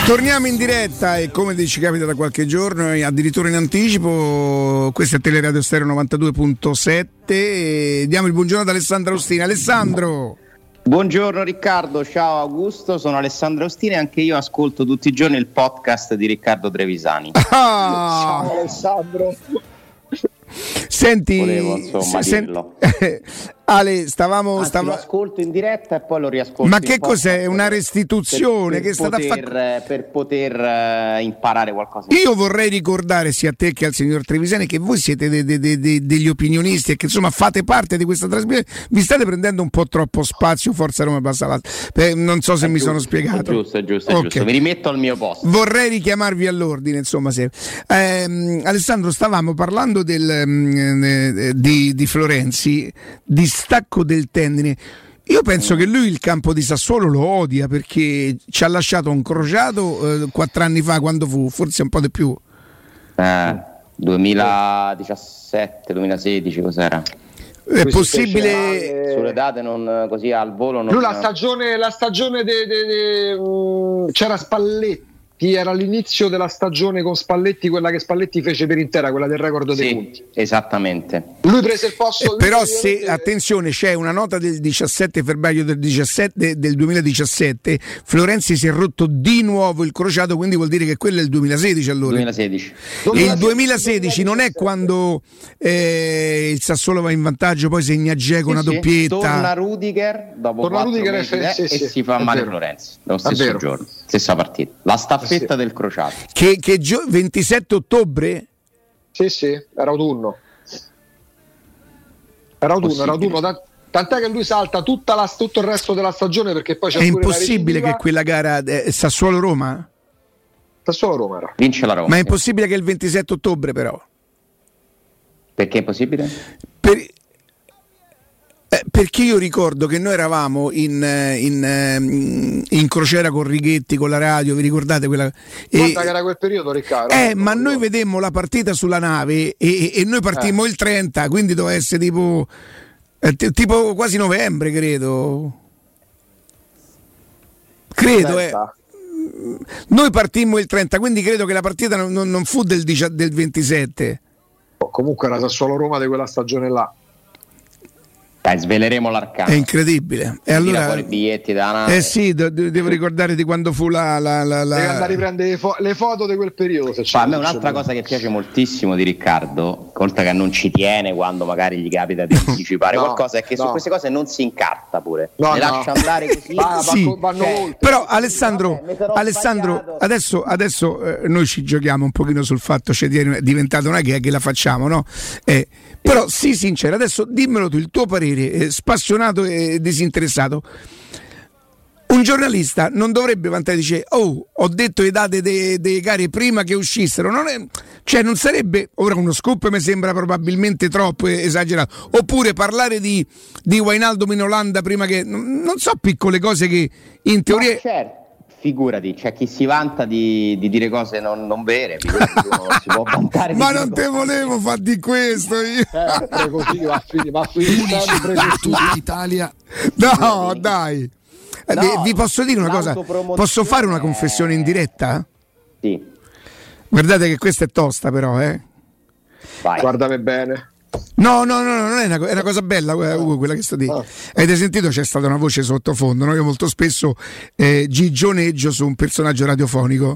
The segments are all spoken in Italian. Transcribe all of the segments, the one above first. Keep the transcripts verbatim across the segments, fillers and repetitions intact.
Torniamo in diretta e come ci capita da qualche giorno, addirittura in anticipo, questo è Teleradio Stereo novantadue virgola sette. Diamo il buongiorno ad Alessandro Austina. Alessandro. Buongiorno Riccardo, ciao Augusto, sono Alessandro Austina e anche io ascolto tutti i giorni il podcast di Riccardo Trevisani. Ah. Ciao Alessandro. Senti, volevo insomma sen- dirlo. Ale, stavamo, Anzi, stava... lo ascolto in diretta e poi lo riascolto. Ma in che cos'è? podcast Una per- restituzione per, che è stata poter, fatta per poter uh, imparare qualcosa. Io vorrei ricordare sia a te che al signor Trevisani che voi siete de- de- de- de- degli opinionisti e che insomma fate parte di questa trasmissione. Vi state prendendo un po' troppo spazio, Forza Roma passa l'altro. Eh, non so se È mi giusto, sono spiegato. È giusto, è giusto, è Ok. giusto. Mi rimetto al mio posto. Vorrei richiamarvi all'ordine, insomma. Se... Ehm, Alessandro, stavamo parlando del, mm, eh, di, di Florenzi, distacco del tendine. Io penso che lui il campo di Sassuolo lo odia perché ci ha lasciato un crociato eh, quattro anni fa, quando fu, forse un po' di più. Eh, duemiladiciassette duemilasedici cos'era? È Questo possibile. speciale- Sulle date non così al volo non... Lui la stagione, la stagione de, de, de, mh, c'era Spalletti, era l'inizio della stagione con Spalletti, quella che Spalletti fece per intera, quella del record dei Sì, punti. esattamente. Lui prese il posto. Eh, però lui- se, attenzione, c'è una nota del diciassette febbraio del, diciassette, del duemiladiciassette, Florenzi si è rotto di nuovo il crociato, quindi vuol dire che quello è il duemilasedici allora. duemilasedici. E il duemilasedici non è quando eh, il Sassuolo va in vantaggio, poi segna Dzeko una Sì, sì. doppietta. Torna Rudiger dopo Torna quattro Rudiger, mesi, eh, eh, sì, e sì, si fa è male vero. Florenzi lo È stesso vero. giorno, stessa partita, la staffetta Eh, sì. del crociato. Che, che gio- ventisette ottobre? Sì, sì, era autunno. Era autunno, era Possibile. autunno. ta- Tant'è che lui salta tutta la, tutto il resto della stagione perché poi c'è È pure la impossibile recidiva. che quella gara eh, Sassuolo-Roma? Sassuolo Roma era. Vince la Roma. Ma è impossibile che il ventisette ottobre però? Perché è possibile? Per- eh, perché io ricordo che noi eravamo in, eh, in, eh, in crociera con Righetti, con la radio, vi ricordate quella? E- Guarda che era quel periodo, Riccardo. eh, ma noi vedemmo la partita sulla nave e, e noi partimmo Eh. il trenta, quindi doveva essere tipo, eh, t- tipo quasi novembre, credo. Credo, eh. Senta, Noi partimmo il trenta, quindi credo che la partita non, non- non fu del, dici- del ventisette. comunque era Sassuolo Roma di quella stagione là. Dai, sveleremo l'arcano. È incredibile. E Tira allora, fuori i biglietti da nave. eh sì, do- do- devo ricordare di quando fu la. la, la, la- Devi andare a riprendere le, fo- le foto di quel periodo. Se Fa, a me c'è- un'altra c'è- cosa che piace moltissimo di Riccardo, oltre che non ci tiene quando magari gli capita di anticipare No, qualcosa, è che su no. queste cose non si incarta pure. No, Le no. lascia andare così. Va- va- Sì. vanno Cioè, oltre. Però Alessandro, Vabbè, mi sarò Alessandro sbagliato. adesso, adesso eh, noi ci giochiamo un pochino sul fatto che è diventata una gag che la facciamo, no? Eh, però sii sincero, adesso dimmelo tu, il tuo parere eh, spassionato e disinteressato. Un giornalista non dovrebbe vantare e dice oh, ho detto le date dei de gare prima che uscissero, non è, cioè non sarebbe, ora uno scoop mi sembra probabilmente troppo esagerato, oppure parlare di, di Wijnaldum in Olanda prima che, non so, piccole cose che in teoria... Ma certo, figurati, c'è chi si vanta di, di dire cose non, non vere, figurati, uno non si può vantare di Ma dire non te cose- volevo far di questo io. Sempre così va a finire, va a finire sempre per così. tutta Italia. No, dai. Eh, No, vi- vi posso dire una cosa? l'autopromozione Posso fare una confessione in diretta? Sì, Guardate che questa è tosta però, eh. vai. Guardami bene. No, no, no, no, non è una, co- è una cosa bella, eh, Ugo, quella che sto dicendo. Avete sentito? C'è stata una voce sottofondo, no? Io molto spesso eh, gigioneggio su un personaggio radiofonico.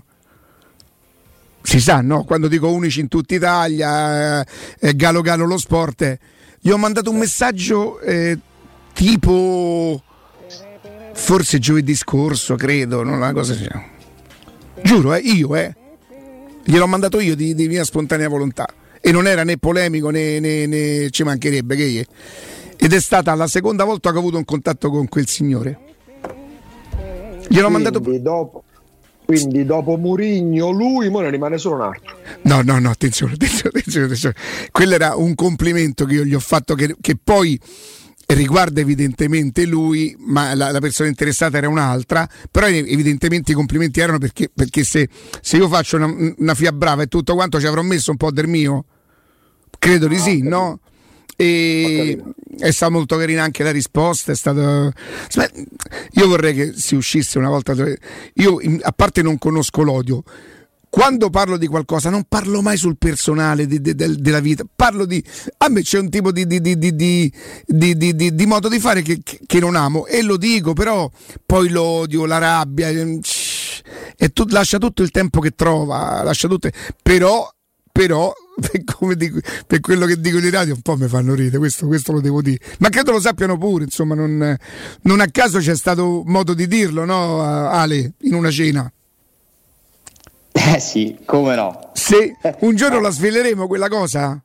Si sa, no? Quando dico unici in tutta Italia, eh, eh, Galo Galo lo sport. eh. Gli ho mandato un messaggio eh, tipo forse giovedì scorso, credo, non una cosa così. Giuro, eh, io, eh. Gliel'ho mandato io di, di mia spontanea volontà. E non era né polemico né, né, né ci mancherebbe che io. Ed è stata la seconda volta che ho avuto un contatto con quel signore. Gliel'ho mandato. Quindi dopo, quindi dopo Murigno, lui, mo ne rimane solo un altro. No, no, no, attenzione, attenzione, attenzione, attenzione. Quello era un complimento che io gli ho fatto, che, che poi riguarda evidentemente lui, ma la, la persona interessata era un'altra, però evidentemente i complimenti erano perché, perché se, se io faccio una, una fia brava e tutto quanto ci avrò messo un po' del mio, credo di sì, no? e è stata molto carina anche la risposta, è stata... io vorrei che si uscisse una volta, io a parte non conosco l'odio, quando parlo di qualcosa non parlo mai sul personale di, di, de, della vita, parlo di, a me c'è un tipo di, di, di, di, di, di, di, di, di modo di fare che, che non amo e lo dico, però poi l'odio, la rabbia e tu, lascia tutto il tempo che trova, lascia tutto, però però per, come dico, per quello che dico in radio un po' mi fanno ridere, questo, questo lo devo dire, ma credo lo sappiano pure, insomma, non, non a caso c'è stato modo di dirlo, no Ale, in una cena. Eh sì, come no. Se un giorno la sveleremo quella cosa?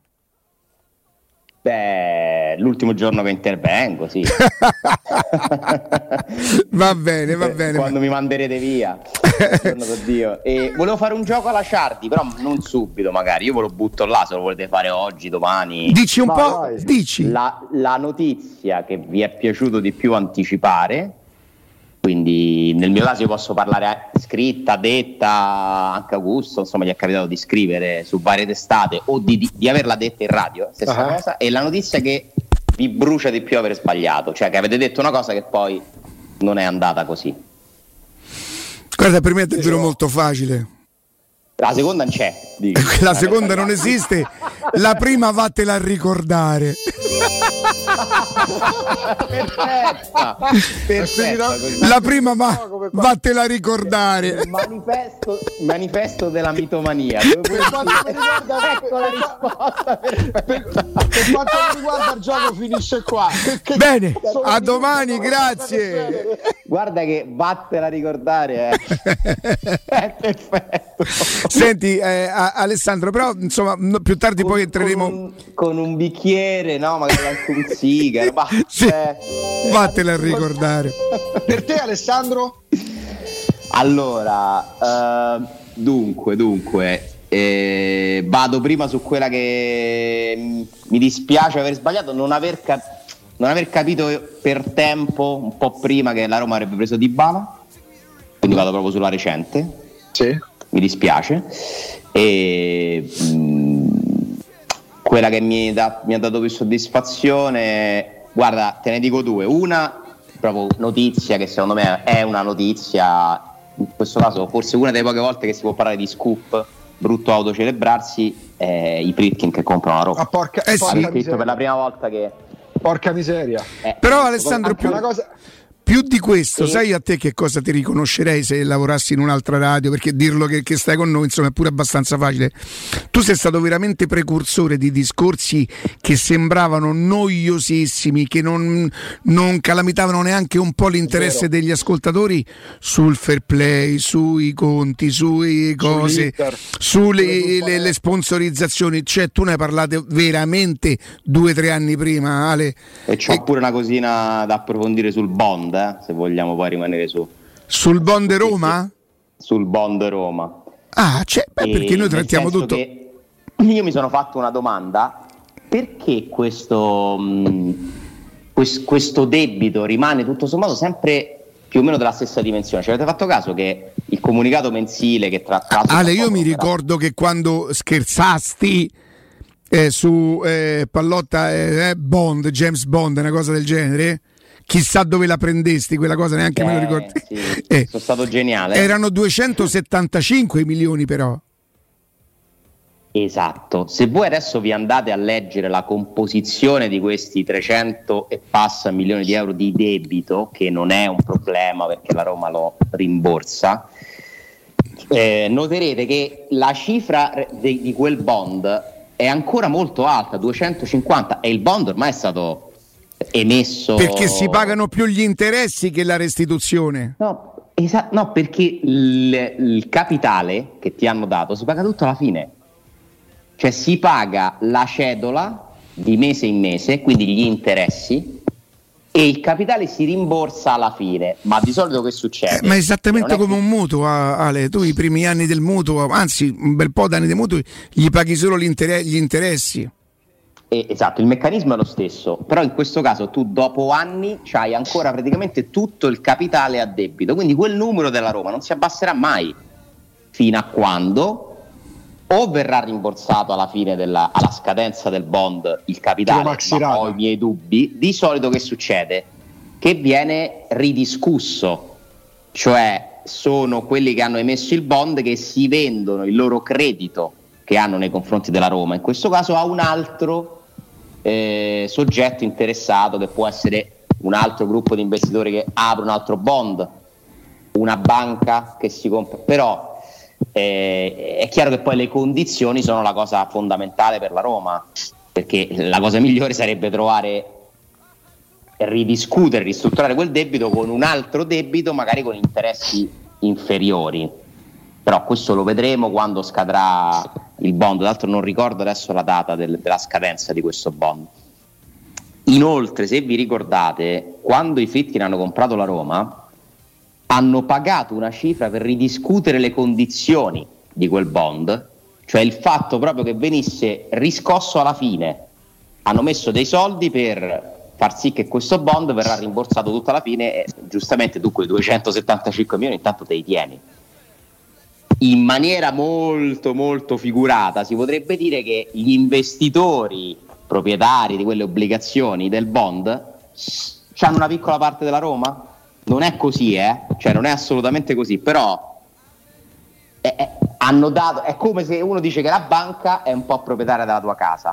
Beh, l'ultimo giorno che intervengo, sì. Va bene, va bene. Quando ma... mi manderete via. Dio. E volevo fare un gioco alla Ciardi, però non subito magari. Io ve lo butto là, se lo volete fare oggi, domani. Dici un vai, po', vai. Dici. La, la notizia che vi è piaciuto di più anticipare. Quindi nel mio caso io posso parlare scritta, detta, anche a gusto, insomma gli è capitato di scrivere su varie testate o di, di, di averla detta in radio, stessa uh-huh. cosa, e la notizia che vi brucia di più aver sbagliato, cioè che avete detto una cosa che poi non è andata così. Guarda, per me è davvero Io... molto facile. La seconda non c'è. Dico. La seconda non esiste, la prima vattela a ricordare. Perfetta, perfetta. La prima ma vattela a ricordare. Il manifesto, manifesto della mitomania. Per quanto mi riguarda, ecco la risposta perfetta. Per, per quanto mi riguarda il gioco finisce qua. Che Bene, a domani, grazie. Guarda che vattela a ricordare eh. È perfetto. Senti eh, Alessandro, però insomma più tardi con, poi entreremo con un, con un bicchiere, no, magari anche un sigaro. Va, sì, eh. Vattela a ricordare. Per te Alessandro? Allora, uh, dunque, dunque eh, vado prima su quella che mi dispiace aver sbagliato, non aver, cap- non aver capito per tempo, un po' prima, che la Roma avrebbe preso Dybala, quindi vado proprio sulla recente. Sì. Mi dispiace. E mh, quella che mi, da, mi ha dato più soddisfazione, guarda, te ne dico due. Una proprio notizia che secondo me è una notizia, in questo caso forse una delle poche volte che si può parlare di scoop, brutto autocelebrarsi, è i Friedkin che comprano la Roma. Ah, porca, eh, porca sì. scritto per la prima volta che porca miseria. Eh, però Alessandro più una cosa... Più di questo, sì. Sai a te che cosa ti riconoscerei se lavorassi in un'altra radio? Perché dirlo che, che stai con noi, insomma, è pure abbastanza facile. Tu sei stato veramente precursore di discorsi che sembravano noiosissimi, che non, non calamitavano neanche un po' l'interesse degli ascoltatori sul fair play, sui conti, sui cose, sulle le, le sponsorizzazioni. Cioè, tu ne hai parlato veramente due o tre anni prima, Ale. E c'ho e... pure una cosina da approfondire sul bond. Se vogliamo poi rimanere su sul bond Roma? Sul bond Roma. Ah, cioè, beh, perché noi trattiamo tutto. Che io mi sono fatto una domanda: perché questo, mh, quest, questo debito rimane tutto sommato sempre più o meno della stessa dimensione? Ci avete fatto caso che il comunicato mensile che tra, tra Ale, io mi ricordo che quando scherzasti eh, su eh, Pallotta eh, Bond, James Bond, una cosa del genere, chissà dove la prendesti quella cosa, neanche eh, me lo ricordo. Sì, eh, sono stato geniale. Erano duecentosettantacinque milioni però. Esatto. Se voi adesso vi andate a leggere la composizione di questi trecento e passa milioni di euro di debito, che non è un problema perché la Roma lo rimborsa, eh, noterete che la cifra de- di quel bond è ancora molto alta, duecentocinquanta, e il bond ormai è stato emesso perché si pagano più gli interessi che la restituzione. No, esa- no perché il, il capitale che ti hanno dato si paga tutto alla fine, cioè si paga la cedola di mese in mese, quindi gli interessi, e il capitale si rimborsa alla fine. Ma di solito che succede? Eh, ma esattamente come che... un mutuo, Ale, tu i primi anni del mutuo, anzi un bel po' d'anni del mutuo, gli paghi solo gli, inter- gli interessi. Eh, esatto, il meccanismo è lo stesso, però in questo caso tu dopo anni c'hai ancora praticamente tutto il capitale a debito, quindi quel numero della Roma non si abbasserà mai, fino a quando o verrà rimborsato alla fine della alla scadenza del bond il capitale, ma ho i miei dubbi. Di solito che succede? Che viene ridiscusso, cioè sono quelli che hanno emesso il bond che si vendono il loro credito che hanno nei confronti della Roma, in questo caso a un altro eh, soggetto interessato, che può essere un altro gruppo di investitori che apre un altro bond, una banca che si compra, però eh, è chiaro che poi le condizioni sono la cosa fondamentale per la Roma, perché la cosa migliore sarebbe trovare, ridiscutere, ristrutturare quel debito con un altro debito magari con interessi inferiori, però questo lo vedremo quando scadrà il bond. Tra l'altro non ricordo adesso la data del, della scadenza di questo bond. Inoltre, se vi ricordate, quando i Friedkin hanno comprato la Roma hanno pagato una cifra per ridiscutere le condizioni di quel bond, cioè il fatto proprio che venisse riscosso alla fine. Hanno messo dei soldi per far sì che questo bond verrà rimborsato tutta la fine e giustamente tu quei duecentosettantacinque milioni intanto te li tieni. In maniera molto molto figurata si potrebbe dire che gli investitori proprietari di quelle obbligazioni del bond hanno una piccola parte della Roma? Non è così, eh? Cioè non è assolutamente così, però è, è, hanno dato, è come se uno dice che la banca è un po' proprietaria della tua casa.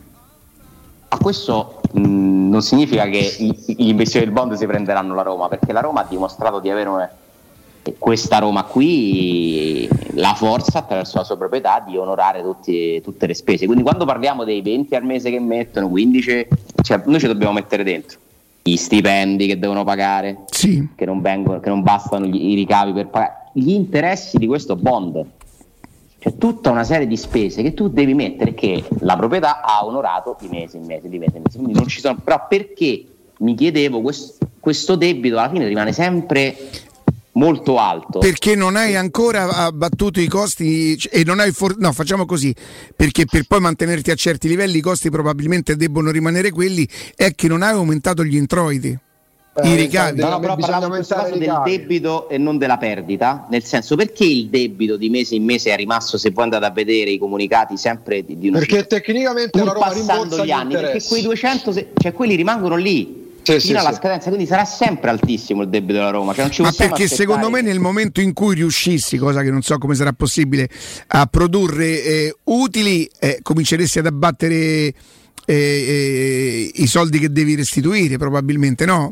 A questo mh, non significa che i, gli investitori del bond si prenderanno la Roma, perché la Roma ha dimostrato di avere una, questa Roma qui la forza attraverso la sua proprietà di onorare tutti, tutte le spese. Quindi quando parliamo dei venti al mese che mettono, quindici, cioè noi ci dobbiamo mettere dentro gli stipendi che devono pagare, sì, che non vengono, che non bastano gli, i ricavi per pagare gli interessi di questo bond, cioè tutta una serie di spese che tu devi mettere, che la proprietà ha onorato di mese in mese, di mese in mese. Quindi non ci sono, però perché mi chiedevo questo, questo debito alla fine rimane sempre molto alto, perché non hai ancora abbattuto i costi e non hai for- no facciamo così, perché per poi mantenerti a certi livelli i costi probabilmente debbono rimanere quelli, è che non hai aumentato gli introiti, eh, i ricavi. No, no, però parlavo in questo caso del debito e non della perdita, nel senso, perché il debito di mese in mese è rimasto, se voi andate a vedere i comunicati sempre di, di una perché città, tecnicamente la Roma rimborsa gli anni, perché quei duecento, cioè quelli rimangono lì Sì, fino sì, alla scadenza, quindi sarà sempre altissimo il debito della Roma, cioè non ci ma perché aspettare. Secondo me nel momento in cui riuscissi, cosa che non so come sarà possibile, a produrre eh, utili, eh, cominceresti ad abbattere eh, eh, i soldi che devi restituire, probabilmente, no?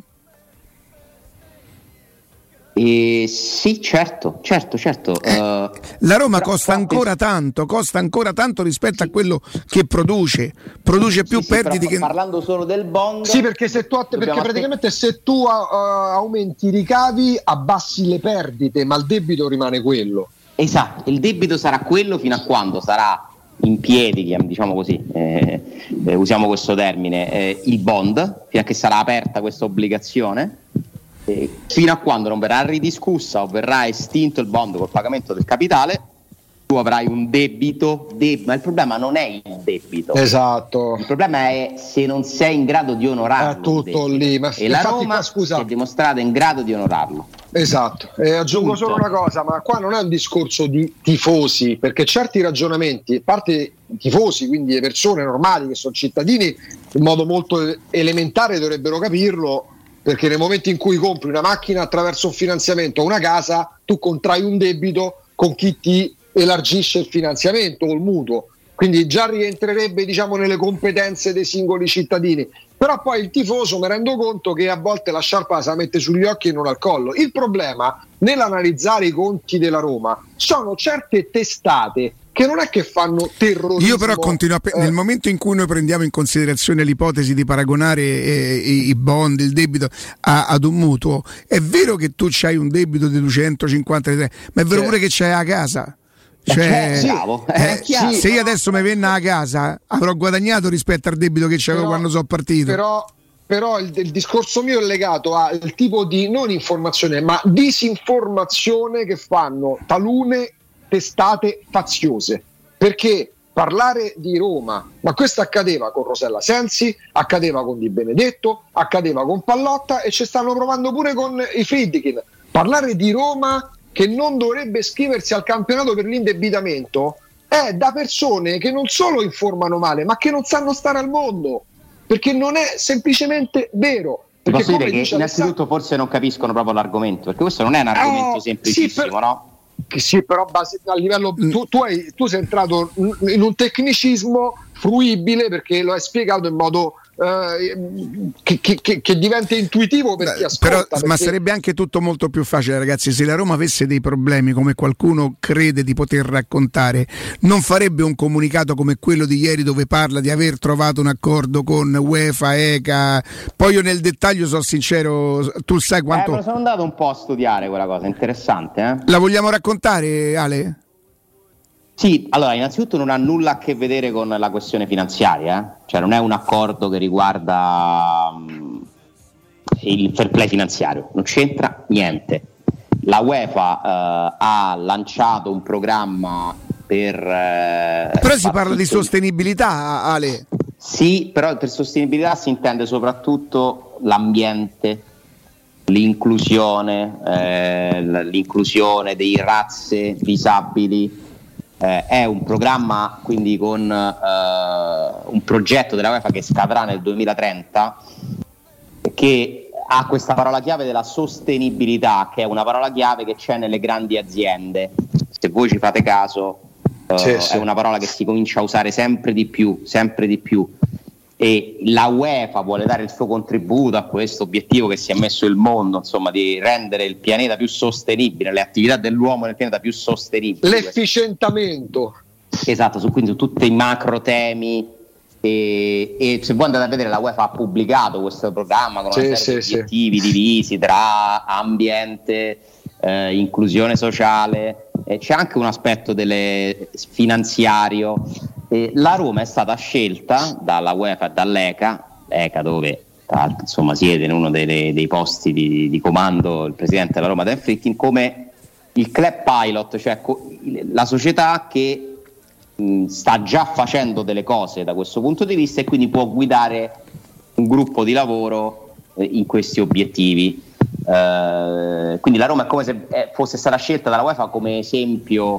Eh, sì, certo, certo, certo. Eh, uh, la Roma costa ancora penso... tanto, costa ancora tanto rispetto sì. a quello che produce, produce più sì, perdite sì, che... Parlando solo del bond... Sì, perché, se tu, perché praticamente se tu uh, aumenti i ricavi abbassi le perdite, ma il debito rimane quello. Esatto, il debito sarà quello fino a quando sarà in piedi, diciamo così, eh, eh, usiamo questo termine, eh, il bond, fino a che sarà aperta questa obbligazione, eh, fino a quando non verrà ridiscussa o verrà estinto il bond col pagamento del capitale, tu avrai un debito, deb- ma il problema non è il debito, esatto, il problema è se non sei in grado di onorarlo, è tutto lì, ma e la Roma qua, scusa, è dimostrata in grado di onorarlo. Esatto, e aggiungo Punto. solo una cosa, ma qua non è un discorso di tifosi, perché certi ragionamenti, a parte i tifosi, quindi le persone normali che sono cittadini, in modo molto elementare dovrebbero capirlo, perché nel momento in cui compri una macchina attraverso un finanziamento o una casa, tu contrai un debito con chi ti elargisce il finanziamento o il mutuo, quindi già rientrerebbe, diciamo, nelle competenze dei singoli cittadini. Però poi il tifoso, mi rendo conto che a volte la sciarpa se la mette sugli occhi e non al collo. Il problema nell'analizzare i conti della Roma sono certe testate che non è che fanno terrorismo. Io però continuo a pe- eh. nel momento in cui noi prendiamo in considerazione l'ipotesi di paragonare eh, i, i bond, il debito a, ad un mutuo, è vero che tu c'hai un debito di duecentocinquanta, ma è vero sì. pure che c'hai a casa. Cioè, eh, bravo, eh, sì, se io adesso mi venno a casa avrò guadagnato rispetto al debito che c'avevo però, quando sono partito. Però, però il, il discorso mio è legato al tipo di non informazione ma disinformazione che fanno talune testate faziose, perché parlare di Roma, ma questo accadeva con Rosella Sensi, accadeva con Di Benedetto, accadeva con Pallotta e ci stanno provando pure con i Friedkin. Parlare di Roma che non dovrebbe iscriversi al campionato per l'indebitamento è da persone che non solo informano male, ma che non sanno stare al mondo, perché non è semplicemente vero. Perché posso dire che innanzitutto Alessandro... forse non capiscono proprio l'argomento, perché questo non è un argomento oh, semplicissimo, sì, per... no? Che sì, però base, a livello tu, tu, hai, tu sei entrato in un tecnicismo fruibile perché lo hai spiegato in modo eh, che, che, che diventa intuitivo per chi ascolta. Però, perché... Ma sarebbe anche tutto molto più facile, ragazzi. Se la Roma avesse dei problemi come qualcuno crede di poter raccontare, non farebbe un comunicato come quello di ieri dove parla di aver trovato un accordo con UEFA, E C A. Poi io nel dettaglio sono sincero, tu sai quanto... Eh, me lo sono andato un po' a studiare quella cosa, interessante, eh? La vogliamo raccontare, Ale? Sì, allora innanzitutto non ha nulla a che vedere con la questione finanziaria, eh? Cioè non è un accordo che riguarda um, il fair play finanziario, non c'entra niente. La UEFA uh, ha lanciato un programma per... Uh, però si parla di sostenibilità, Ale. Sì, però per sostenibilità si intende soprattutto l'ambiente, l'inclusione, eh, l'inclusione di razze disabili. Eh, è un programma quindi con eh, un progetto della UEFA che scadrà nel duemilatrenta, che ha questa parola chiave della sostenibilità, che è una parola chiave che c'è nelle grandi aziende. Se voi ci fate caso, eh, sì, sì. È una parola che si comincia a usare sempre di più, sempre di più. E la UEFA vuole dare il suo contributo a questo obiettivo che si è messo il mondo, insomma, di rendere il pianeta più sostenibile, le attività dell'uomo nel pianeta più sostenibili. L'efficientamento. Esatto, su, quindi su tutti i macro temi. E, e se voi andate a vedere, la UEFA ha pubblicato questo programma con una sì, serie sì, di obiettivi sì. divisi tra ambiente, eh, inclusione sociale, e c'è anche un aspetto delle, finanziario. E la Roma è stata scelta dalla UEFA e dall'E C A, l'E C A dove tra l'altro insomma siede in uno dei, dei posti di, di comando il presidente della Roma Dan Fritkin, come il club pilot, cioè co- la società che mh, sta già facendo delle cose da questo punto di vista e quindi può guidare un gruppo di lavoro eh, in questi obiettivi. Uh, quindi la Roma è come se fosse stata scelta dalla UEFA come esempio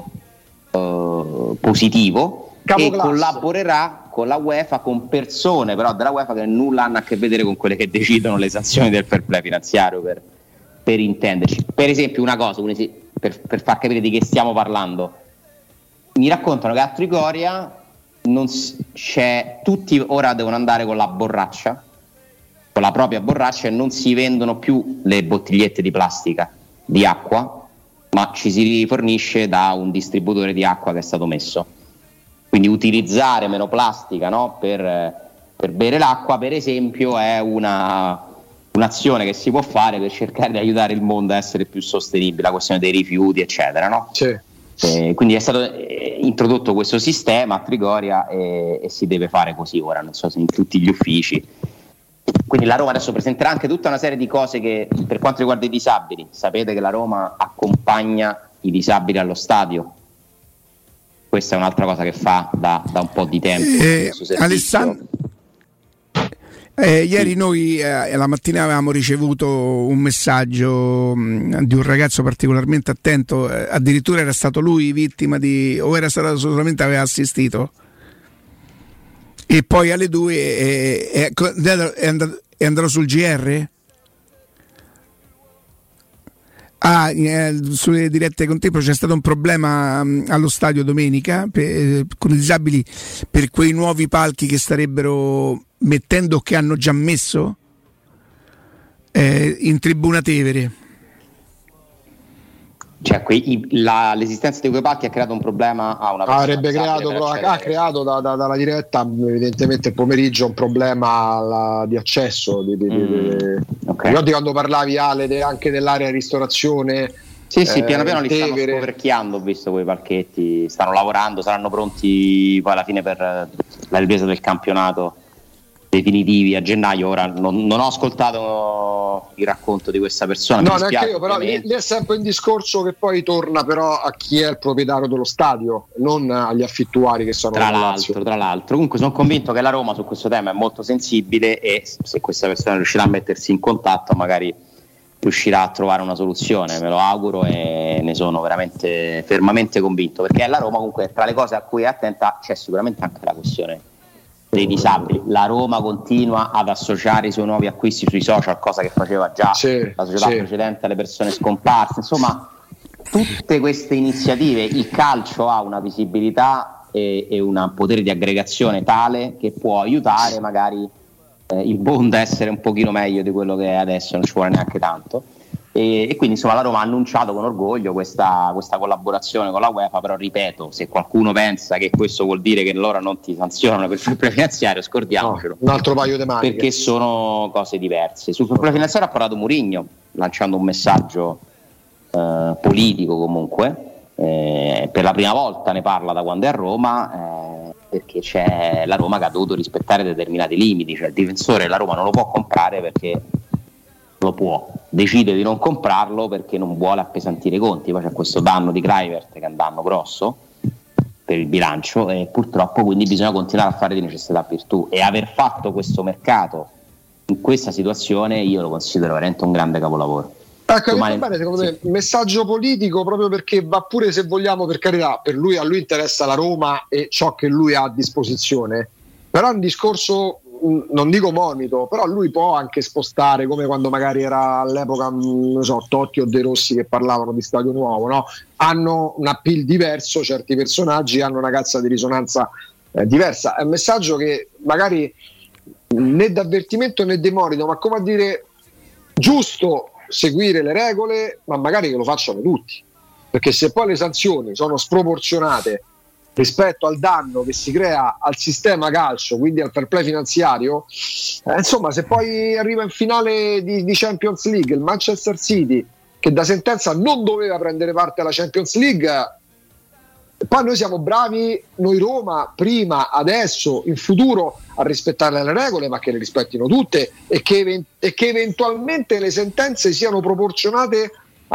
uh, positivo. E collaborerà con la UEFA, con persone però della UEFA che nulla hanno a che vedere con quelle che decidono le sanzioni del fair play finanziario, per, per intenderci. Per esempio una cosa, per, per far capire di che stiamo parlando, mi raccontano che a Trigoria non c'è, tutti ora devono andare con la borraccia, con la propria borraccia, e non si vendono più le bottigliette di plastica di acqua, ma ci si rifornisce da un distributore di acqua che è stato messo. Quindi utilizzare meno plastica, no? per, per bere l'acqua, per esempio, è una, un'azione che si può fare per cercare di aiutare il mondo a essere più sostenibile, la questione dei rifiuti, eccetera. No? Sì. Eh, quindi è stato eh, introdotto questo sistema a Trigoria e, e si deve fare così ora, non so se in tutti gli uffici. Quindi la Roma adesso presenterà anche tutta una serie di cose che per quanto riguarda i disabili. Sapete che la Roma accompagna i disabili allo stadio? Questa è un'altra cosa che fa da, da un po' di tempo. Eh, Alessandro, eh, ieri sì. noi eh, la mattina avevamo ricevuto un messaggio mh, di un ragazzo particolarmente attento, eh, addirittura era stato lui vittima di, o era stato solamente aveva assistito, e poi alle due eh, è, è, andato, è andato sul G R? Ah, eh, sulle dirette con te c'è stato un problema um, allo stadio domenica per, con i disabili per quei nuovi palchi che starebbero mettendo, che hanno già messo eh, in Tribuna Tevere. Cioè quei, la, l'esistenza di quei palchi ha creato un problema a una persona. Avrebbe creato, però, ha creato da, da, dalla diretta evidentemente il pomeriggio un problema alla, di accesso. Di, di, mm, di, okay. Ricordi quando parlavi, Ale, de, anche dell'area ristorazione? Sì, sì, eh, piano piano li stanno scoperchiando, ho visto quei palchetti, stanno lavorando, saranno pronti poi alla fine per la ripresa del campionato definitivi a gennaio. Ora non, non ho ascoltato il racconto di questa persona, no, neanche io, però lì, lì è sempre un discorso che poi torna però a chi è il proprietario dello stadio, non agli affittuari che sono tra l'altro, tra l'altro. Comunque sono convinto che la Roma su questo tema è molto sensibile e se questa persona riuscirà a mettersi in contatto magari riuscirà a trovare una soluzione, me lo auguro e ne sono veramente fermamente convinto, perché la Roma comunque tra le cose a cui è attenta c'è sicuramente anche la questione dei disabili. La Roma continua ad associare i suoi nuovi acquisti sui social, cosa che faceva già sì, la società sì. precedente alle persone scomparse. Insomma, tutte queste iniziative, il calcio ha una visibilità e, e un potere di aggregazione tale che può aiutare magari eh, il Bond a essere un pochino meglio di quello che è adesso, non ci vuole neanche tanto. E, e quindi insomma la Roma ha annunciato con orgoglio questa, questa collaborazione con la UEFA, però ripeto, se qualcuno pensa che questo vuol dire che loro non ti sanzionano per il fair play finanziario, scordiamocelo, no, un altro paio di maniche, perché sono cose diverse. Sul fair play finanziario ha parlato Mourinho lanciando un messaggio eh, politico comunque, eh, per la prima volta ne parla da quando è a Roma, eh, perché c'è la Roma che ha dovuto rispettare determinati limiti, cioè il difensore la Roma non lo può comprare perché lo può, decide di non comprarlo perché non vuole appesantire i conti, poi c'è questo danno di Kluivert che è un danno grosso per il bilancio e purtroppo quindi bisogna continuare a fare di necessità virtù, e aver fatto questo mercato in questa situazione io lo considero veramente un grande capolavoro. Ecco, Domani, bene, secondo sì. me messaggio politico, proprio perché va pure, se vogliamo, per carità, per lui, a lui interessa la Roma e ciò che lui ha a disposizione, però è un discorso, non dico monito, però lui può anche spostare, come quando magari era all'epoca, non so, Totti o De Rossi che parlavano di Stadio Nuovo, no? Hanno un appeal diverso, certi personaggi hanno una cazza di risonanza eh, diversa. È un messaggio che magari né d'avvertimento né di monito, ma come a dire, giusto seguire le regole, ma magari che lo facciano tutti, perché se poi le sanzioni sono sproporzionate rispetto al danno che si crea al sistema calcio, quindi al fair play finanziario, eh, insomma, se poi arriva in finale di, di Champions League il Manchester City, che da sentenza non doveva prendere parte alla Champions League, poi noi siamo bravi, noi Roma, prima, adesso, in futuro, a rispettare le regole, ma che le rispettino tutte e che, e che eventualmente le sentenze siano proporzionate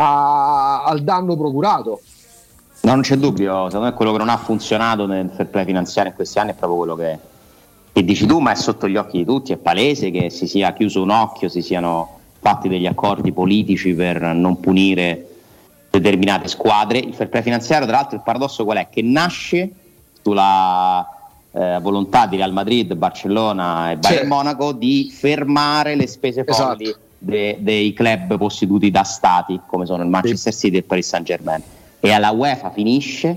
a, al danno procurato. No, non c'è dubbio, secondo me quello che non ha funzionato nel fair play finanziario in questi anni è proprio quello che, che dici tu, ma è sotto gli occhi di tutti, è palese che si sia chiuso un occhio, si siano fatti degli accordi politici per non punire determinate squadre. Il fair play finanziario, tra l'altro, il paradosso qual è? Che nasce sulla eh, volontà di Real Madrid, Barcellona e Bayern Monaco di fermare le spese folli, esatto, de, dei club posseduti da stati come sono il Manchester City e il Paris Saint-Germain, e alla UEFA finisce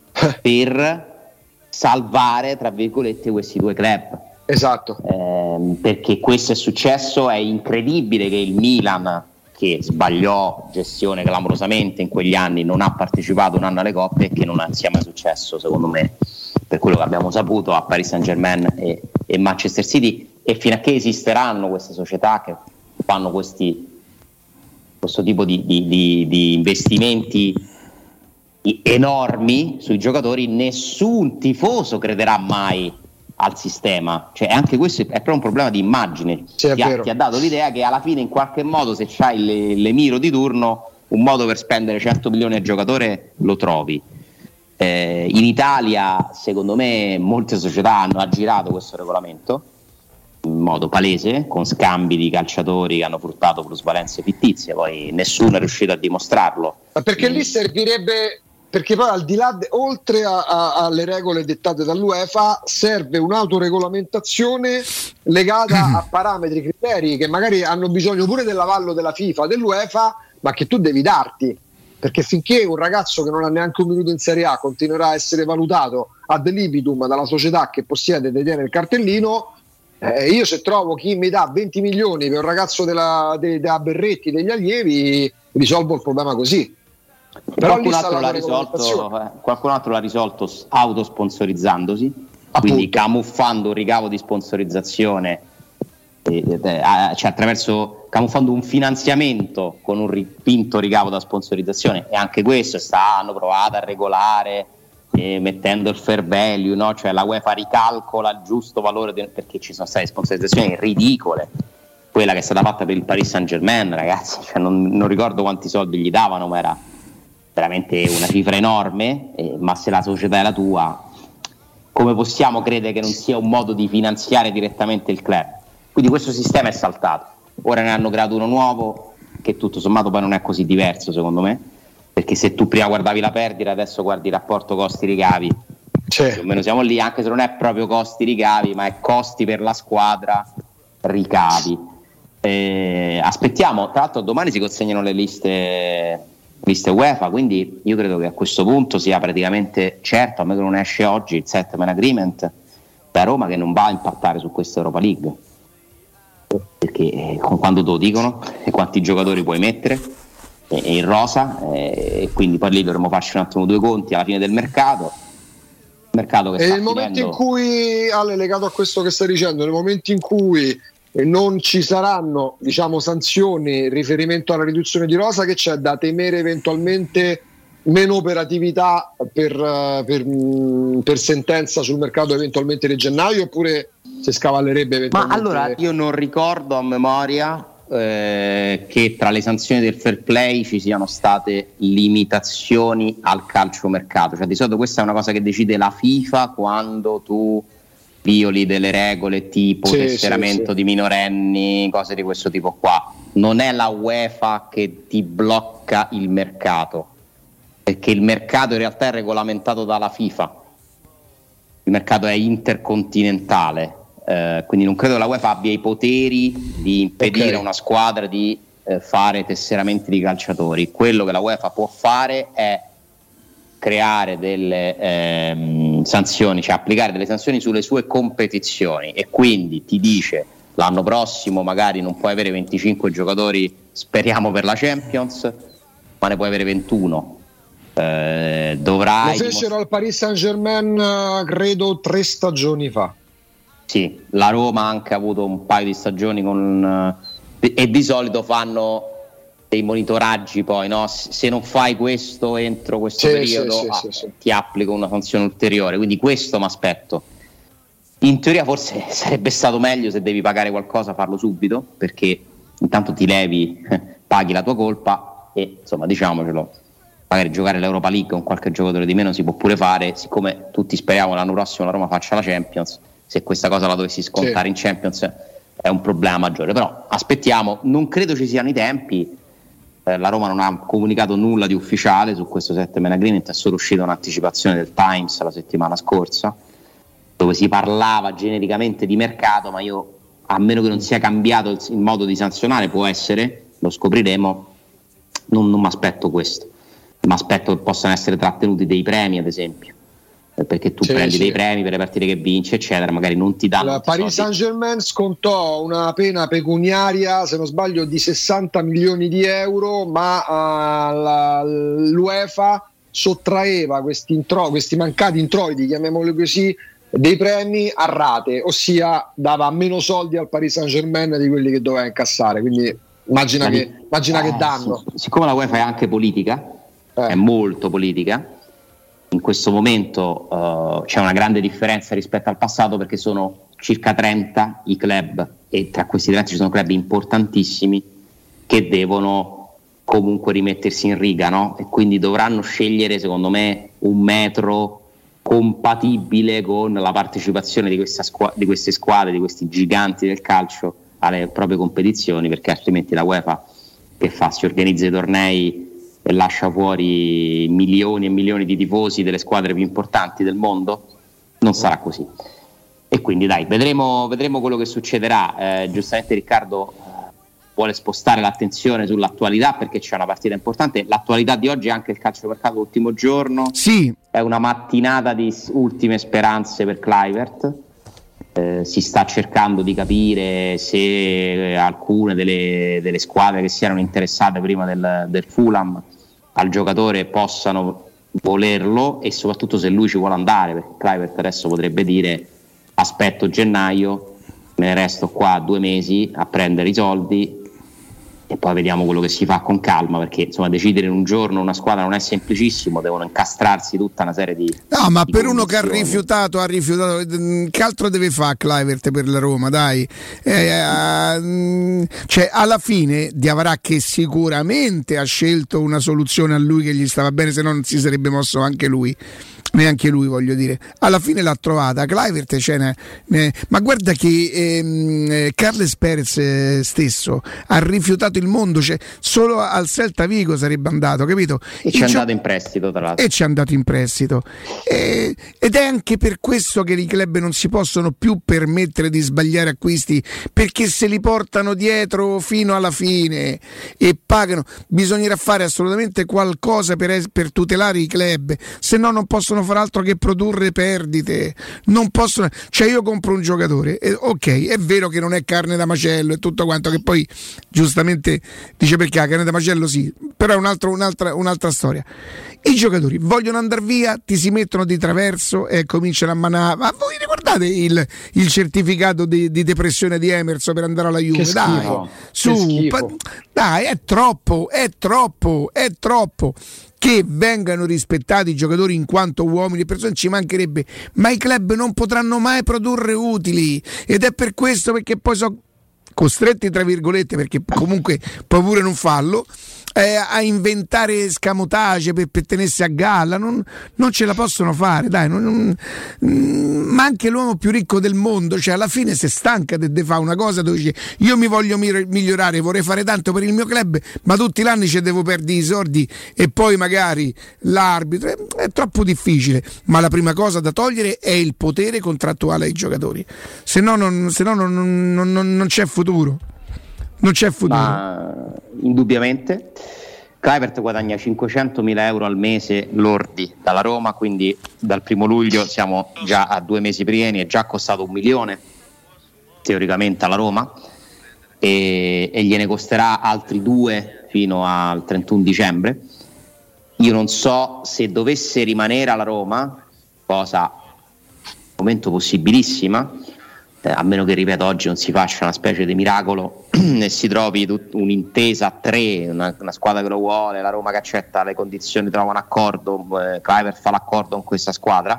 per salvare, tra virgolette, questi due club. Esatto. Eh, perché questo è successo, è incredibile che il Milan, che sbagliò gestione clamorosamente in quegli anni, non ha partecipato un anno alle coppe, e che non sia mai successo, secondo me, per quello che abbiamo saputo, a Paris Saint-Germain e, e Manchester City. E fino a che esisteranno queste società che fanno questi, questo tipo di, di, di, di investimenti enormi sui giocatori, nessun tifoso crederà mai al sistema, cioè anche questo è proprio un problema di immagine. Sì, ti, ha, ti ha dato l'idea che alla fine, in qualche modo, se c'hai le, l'emiro di turno, un modo per spendere cento milioni al giocatore lo trovi. Eh, in Italia, secondo me, molte società hanno aggirato questo regolamento in modo palese, con scambi di calciatori che hanno fruttato plusvalenze fittizie, poi nessuno è riuscito a dimostrarlo. Ma perché lì servirebbe, perché poi al di là, de, oltre a, a, alle regole dettate dall'UEFA, serve un'autoregolamentazione legata a parametri, criteri che magari hanno bisogno pure dell'avallo della FIFA, dell'UEFA, ma che tu devi darti, perché finché un ragazzo che non ha neanche un minuto in Serie A continuerà a essere valutato ad libitum dalla società che possiede e detiene il cartellino, eh, io se trovo chi mi dà venti milioni per un ragazzo della, de, della Berretti, degli allievi, risolvo il problema così. Però qualcun altro, l'ha risolto, eh, qualcun altro l'ha risolto autosponsorizzandosi, appunto, quindi camuffando un ricavo di sponsorizzazione, eh, eh, cioè attraverso camuffando un finanziamento con un ripinto ricavo da sponsorizzazione, e anche questo sta, hanno provato a regolare eh, mettendo il fair value, no? Cioè la UEFA ricalcola il giusto valore de- perché ci sono state sponsorizzazioni ridicole. Quella che è stata fatta per il Paris Saint-Germain, ragazzi, cioè non, non ricordo quanti soldi gli davano, ma era veramente una cifra enorme, eh, ma se la società è la tua, come possiamo credere che non sia un modo di finanziare direttamente il club? Quindi questo sistema è saltato, ora ne hanno creato uno nuovo che tutto sommato poi non è così diverso secondo me, perché se tu prima guardavi la perdita adesso guardi il rapporto costi-ricavi, C'è. più o meno siamo lì, anche se non è proprio costi-ricavi ma è costi per la squadra, ricavi. Eh, aspettiamo, tra l'altro domani si consegnano le liste liste UEFA, quindi io credo che a questo punto sia praticamente certo, a meno che non esce oggi, il settlement agreement da Roma, che non va a impattare su questa Europa League, perché eh, quando te lo dicono e quanti giocatori puoi mettere eh, in rosa, eh, e quindi poi lì dovremo farci un attimo due conti alla fine del mercato mercato che e sta nel momento finendo... in cui, Ale, legato a questo che stai dicendo, nel momento in cui non ci saranno, diciamo, sanzioni in riferimento alla riduzione di rosa, che c'è da temere eventualmente meno operatività per, per, per sentenza sul mercato eventualmente di gennaio, oppure si scavallerebbe eventualmente? Ma allora io non ricordo a memoria eh, che tra le sanzioni del fair play ci siano state limitazioni al calciomercato, cioè di solito questa è una cosa che decide la FIFA quando tu violi delle regole tipo sì, tesseramento sì, sì. di minorenni, cose di questo tipo qua. Non è la UEFA che ti blocca il mercato, perché il mercato in realtà è regolamentato dalla FIFA, il mercato è intercontinentale, eh, quindi non credo la UEFA abbia i poteri di impedire okay. a una squadra di eh, fare tesseramenti di calciatori. Quello che la UEFA può fare è creare delle ehm, sanzioni, cioè applicare delle sanzioni sulle sue competizioni, e quindi ti dice l'anno prossimo magari non puoi avere venticinque giocatori, speriamo per la Champions, ma ne puoi avere ventuno. Eh, dovrai lo fecero al Paris Saint-Germain credo tre stagioni fa. Sì, la Roma ha anche avuto un paio di stagioni con eh, e di solito fanno dei monitoraggi poi, no? Se non fai questo entro questo sì, periodo sì, ah, sì, sì, sì. ti applico una sanzione ulteriore, quindi questo mi aspetto. In teoria forse sarebbe stato meglio, se devi pagare qualcosa, farlo subito, perché intanto ti levi, paghi la tua colpa e insomma, diciamocelo, magari giocare l'Europa League con qualche giocatore di meno si può pure fare, siccome tutti speriamo l'anno prossimo la Roma faccia la Champions. Se questa cosa la dovessi scontare sì. in Champions è un problema maggiore, però aspettiamo, non credo ci siano i tempi. Eh, la Roma non ha comunicato nulla di ufficiale su questo settlement agreement, è solo uscita un'anticipazione del Times la settimana scorsa dove si parlava genericamente di mercato, ma io, a meno che non sia cambiato il, il modo di sanzionare, può essere, lo scopriremo, non, non mi aspetto questo, mi aspetto che possano essere trattenuti dei premi, ad esempio, perché tu sì, prendi sì. dei premi per le partite che vinci eccetera, magari non ti danno. La Paris Saint-Germain scontò una pena pecuniaria, se non sbaglio, di sessanta milioni di euro, ma uh, la, l'UEFA sottraeva questi, intro, questi mancati introiti, chiamiamoli così, dei premi a rate, ossia dava meno soldi al Paris Saint-Germain di quelli che doveva incassare, quindi immagina, che, immagina eh, che danno. Siccome la UEFA è anche politica, eh. è molto politica, in questo momento uh, c'è una grande differenza rispetto al passato, perché sono circa trenta i club, e tra questi trenta ci sono club importantissimi che devono comunque rimettersi in riga, no? E quindi dovranno scegliere, secondo me, un metro compatibile con la partecipazione di, questa squ- di queste squadre, di questi giganti del calcio alle proprie competizioni, perché altrimenti la UEFA che fa? Si organizza i tornei e lascia fuori milioni e milioni di tifosi delle squadre più importanti del mondo? Non sarà così. E quindi dai, vedremo, vedremo quello che succederà. Eh, giustamente Riccardo vuole spostare l'attenzione sull'attualità, perché c'è una partita importante. L'attualità di oggi è anche il calciomercato ultimo giorno. Sì. È una mattinata di ultime speranze per Kluivert. Eh, si sta cercando di capire se alcune delle, delle squadre che si erano interessate prima del, del Fulham al giocatore possano volerlo, e soprattutto se lui ci vuole andare, perché Kluivert adesso potrebbe dire aspetto gennaio, me ne resto qua due mesi a prendere i soldi e poi vediamo quello che si fa con calma, perché insomma decidere in un giorno una squadra non è semplicissimo, devono incastrarsi tutta una serie di no ma di per uno che ha rifiutato ha rifiutato che altro deve fare Kluivert per la Roma, dai, eh, eh, cioè alla fine Diavara, che sicuramente ha scelto una soluzione a lui che gli stava bene, se no non si sarebbe mosso anche lui, neanche lui, voglio dire, alla fine l'ha trovata Kluivert, cioè, ne, ne, ma guarda che ehm, Carles Perez eh, stesso ha rifiutato il mondo, cioè, solo al Celta Vigo sarebbe andato, capito? E ci è andato in prestito, tra l'altro. E ci è andato in prestito e, ed è anche per questo che i club non si possono più permettere di sbagliare acquisti, perché se li portano dietro fino alla fine e pagano. Bisognerà fare assolutamente qualcosa per, per tutelare i club, se no non possono fare altro che produrre perdite. Non possono, cioè io compro un giocatore, e, ok, è vero che non è carne da macello e tutto quanto, che poi giustamente dice perché la carne da macello sì, però è un altro, un'altra, un'altra storia. I giocatori vogliono andare via, ti si mettono di traverso e cominciano a manare. Ma voi ricordate il, il certificato di, di depressione di Emerson per andare alla Juve? Dai, su, pa, dai, è troppo, è troppo, è troppo. Che vengano rispettati i giocatori in quanto uomini e persone, ci mancherebbe, ma i club non potranno mai produrre utili, ed è per questo, perché poi sono costretti, tra virgolette, perché comunque puoi pure non farlo, eh, a inventare scamotage per, per tenersi a galla. Non, non ce la possono fare, dai, non, non, ma anche l'uomo più ricco del mondo, cioè alla fine si stanca di fare una cosa dove dice io mi voglio migliorare, vorrei fare tanto per il mio club, ma tutti gli anni ci devo perdere i soldi e poi magari l'arbitro, è, è troppo difficile. Ma la prima cosa da togliere è il potere contrattuale ai giocatori, se no non, se no non, non, non, non c'è futuro. Non c'è futuro. Ma indubbiamente Kluivert guadagna cinquecentomila euro al mese lordi dalla Roma, quindi dal primo luglio siamo già a due mesi pieni, è già costato un milione teoricamente alla Roma e, e gliene costerà altri due fino al trentuno dicembre. Io non so se dovesse rimanere alla Roma, cosa al momento possibilissima, a meno che, ripeto, oggi non si faccia una specie di miracolo e si trovi tut- un'intesa a tre, una, una squadra che lo vuole, la Roma che accetta le condizioni, trova un accordo, eh, Kluivert fa l'accordo con questa squadra,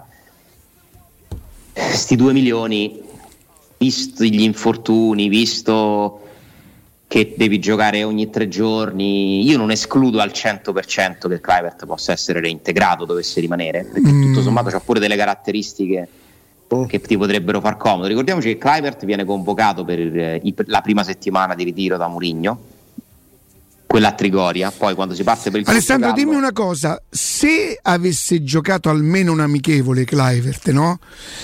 sti due milioni, visto gli infortuni, visto che devi giocare ogni tre giorni, io non escludo al cento per cento che Kluivert possa essere reintegrato, dovesse rimanere, perché mm. tutto sommato c'ha pure delle caratteristiche che ti potrebbero far comodo. Ricordiamoci che Kluivert viene convocato per il, la prima settimana di ritiro da Mourinho, quella a Trigoria, poi quando si parte per il Alessandro, Portogallo... dimmi una cosa, se avesse giocato almeno un amichevole Kluivert, no?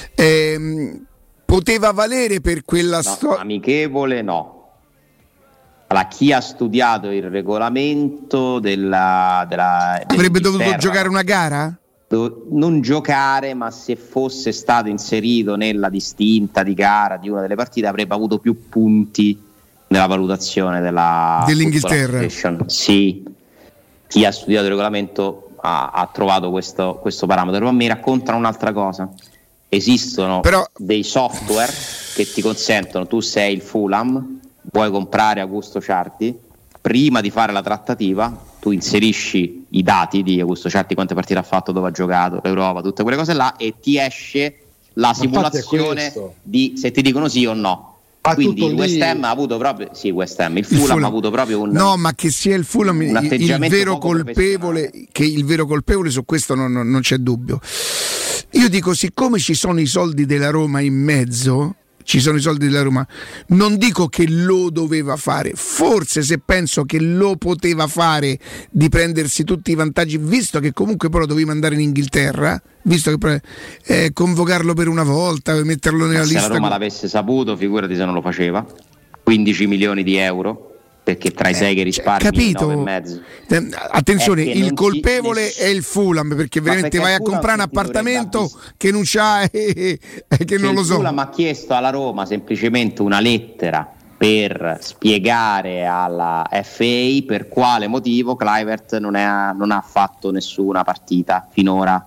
Ehm, poteva valere per quella no, storia? Amichevole no. Allora, chi ha studiato il regolamento della, della avrebbe dovuto giocare una gara? Non giocare, ma se fosse stato inserito nella distinta di gara di una delle partite avrebbe avuto più punti nella valutazione della dell'Inghilterra. Sì, chi ha studiato il regolamento ha, ha trovato questo, questo parametro. Ma mi raccontano un'altra cosa: esistono Però... dei software che ti consentono, tu sei il Fulham, vuoi comprare Augusto Ciardi, prima di fare la trattativa tu inserisci i dati di Augusto Ciardi, quante partite ha fatto, dove ha giocato, l'Europa, tutte quelle cose là, e ti esce la simulazione di se ti dicono sì o no. Ah, quindi il West Ham ha avuto proprio sì, West Ham, il Fulham, il Fulham ha avuto proprio un no, ma che sia il Fulham il, il vero colpevole, che il vero colpevole, su questo non, non, non c'è dubbio. Io dico, siccome ci sono i soldi della Roma in mezzo, ci sono i soldi della Roma, non dico che lo doveva fare, forse se penso che lo poteva fare di prendersi tutti i vantaggi, visto che comunque poi lo dovevi mandare in Inghilterra, visto che eh, convocarlo per una volta, metterlo nella se lista. Se la Roma l'avesse saputo, figurati se non lo faceva. quindici milioni di euro, perché tra i sei che risparmi, capito? nove e mezzo. Attenzione, il colpevole si... è il Fulham, perché veramente vai a comprare un appartamento che non c'ha e, e che non lo so. Il Fulham ha chiesto alla Roma semplicemente una lettera per spiegare alla F A per quale motivo Kluivert non, è, non ha fatto nessuna partita finora.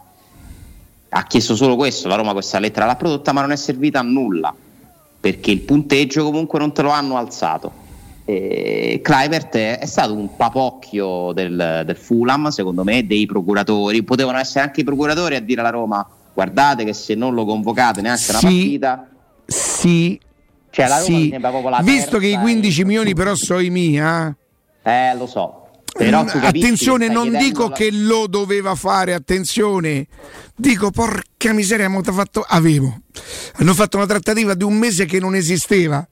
Ha chiesto solo questo, la Roma questa lettera l'ha prodotta, ma non è servita a nulla, perché il punteggio comunque non te lo hanno alzato. Eh, Kluivert è, è stato un papocchio del, del Fulham, secondo me, dei procuratori. Potevano essere anche i procuratori a dire alla Roma: guardate che se non lo convocate neanche sì, una partita, sì, cioè la Roma sì. mi sembra proprio la visto che i quindici e... milioni però so i miei, eh? eh lo so Però attenzione, non dico la... che lo doveva fare, attenzione, dico porca miseria, hanno fatto, avevo, hanno fatto una trattativa di un mese che non esisteva.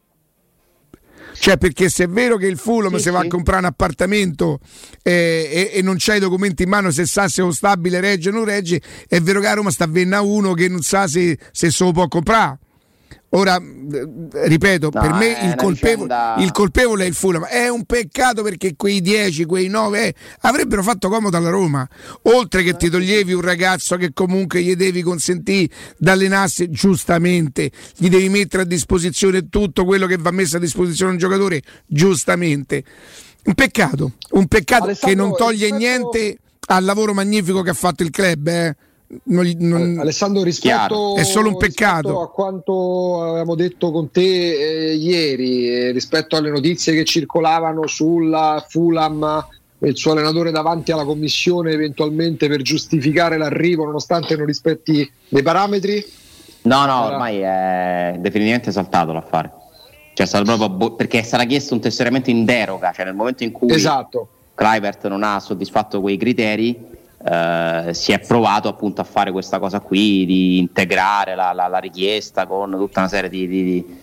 Cioè, perché se è vero che il Fulham sì, si va sì. a comprare un appartamento eh, e, e non c'ha i documenti in mano se sa se è stabile regge o non regge, è vero che a Roma sta a venna uno che non sa se, se se lo può comprare. Ora, ripeto, no, per me il colpevole, vicenda... il colpevole è il Fulham. È un peccato perché quei dieci, quei nove eh, avrebbero fatto comodo alla Roma. Oltre che ti toglievi un ragazzo che comunque gli devi consentire di allenarsi giustamente, gli devi mettere a disposizione tutto quello che va messo a disposizione un giocatore giustamente. Un peccato, un peccato Alessandro, che non toglie rispetto... niente al lavoro magnifico che ha fatto il club, eh. Non, non... Alessandro, rispetto è solo un peccato a quanto avevamo detto con te eh, ieri eh, rispetto alle notizie che circolavano sulla Fulham e il suo allenatore davanti alla commissione eventualmente per giustificare l'arrivo nonostante non rispetti dei parametri. No no Era... ormai è definitivamente saltato l'affare, cioè è stato proprio bo- perché sarà chiesto un tesseramento in deroga, cioè nel momento in cui esatto. Kluivert non ha soddisfatto quei criteri. Uh, si è provato appunto a fare questa cosa qui di integrare la, la, la richiesta con tutta una serie di, di, di,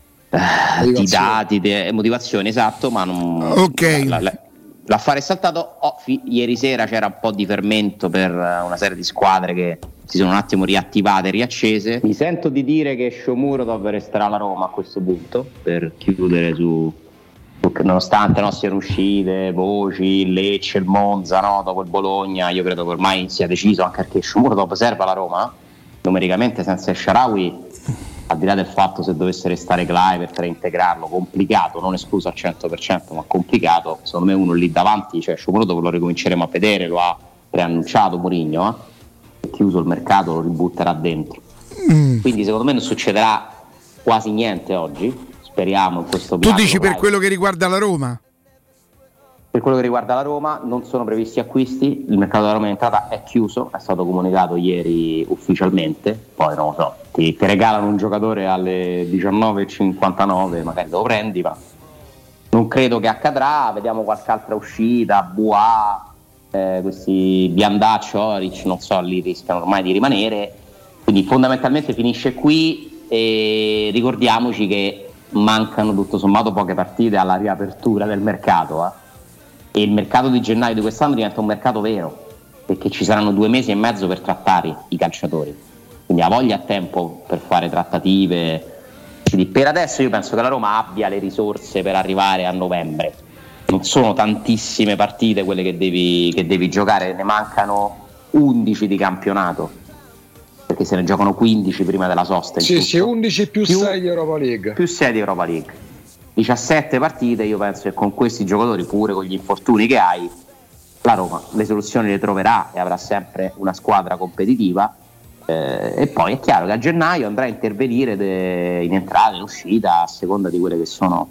uh, di dati e motivazioni, esatto, ma non, okay. la, la, l'affare è saltato. Oh, fi, ieri sera c'era un po' di fermento per una serie di squadre che si sono un attimo riattivate, riaccese. Mi sento di dire che Shomurodov resterà alla Roma a questo punto, per chiudere su, nonostante no, siano uscite voci, il Lecce, il Monza, no, dopo il Bologna, io credo che ormai sia deciso, anche perché Shomurodov serve alla Roma, numericamente senza El Shaarawy, al di là del fatto se dovesse restare Kluivert per integrarlo, complicato, non escluso al cento per cento, ma complicato, secondo me uno lì davanti, cioè Shomurodov lo ricominceremo a vedere, lo ha preannunciato Mourinho, eh? chiuso il mercato lo ributterà dentro, mm. quindi secondo me non succederà quasi niente oggi. Speriamo in questo Tu dici per quello che riguarda la Roma? Per quello che riguarda la Roma non sono previsti acquisti, il mercato della Roma in entrata è chiuso, è stato comunicato ieri ufficialmente, poi non lo so, ti, ti regalano un giocatore alle diciannove e cinquantanove, magari lo prendi, ma non credo che accadrà, vediamo qualche altra uscita, Bois, eh, questi Biandaccio, Oric, non so, lì rischiano ormai di rimanere, quindi fondamentalmente finisce qui e ricordiamoci che mancano tutto sommato poche partite alla riapertura del mercato eh? E il mercato di gennaio di quest'anno diventa un mercato vero perché ci saranno due mesi e mezzo per trattare i calciatori, quindi ha voglia tempo per fare trattative. Quindi per adesso io penso che la Roma abbia le risorse per arrivare a novembre, non sono tantissime partite quelle che devi, che devi giocare, ne mancano undici di campionato perché se ne giocano quindici prima della sosta. Sì, sì, undici più, più sei di Europa League. Più sei di Europa League. diciassette partite, io penso che con questi giocatori, pure con gli infortuni che hai, la Roma le soluzioni le troverà e avrà sempre una squadra competitiva. Eh, e poi è chiaro che a gennaio andrà a intervenire de, in entrata, in uscita, a seconda di quelle che sono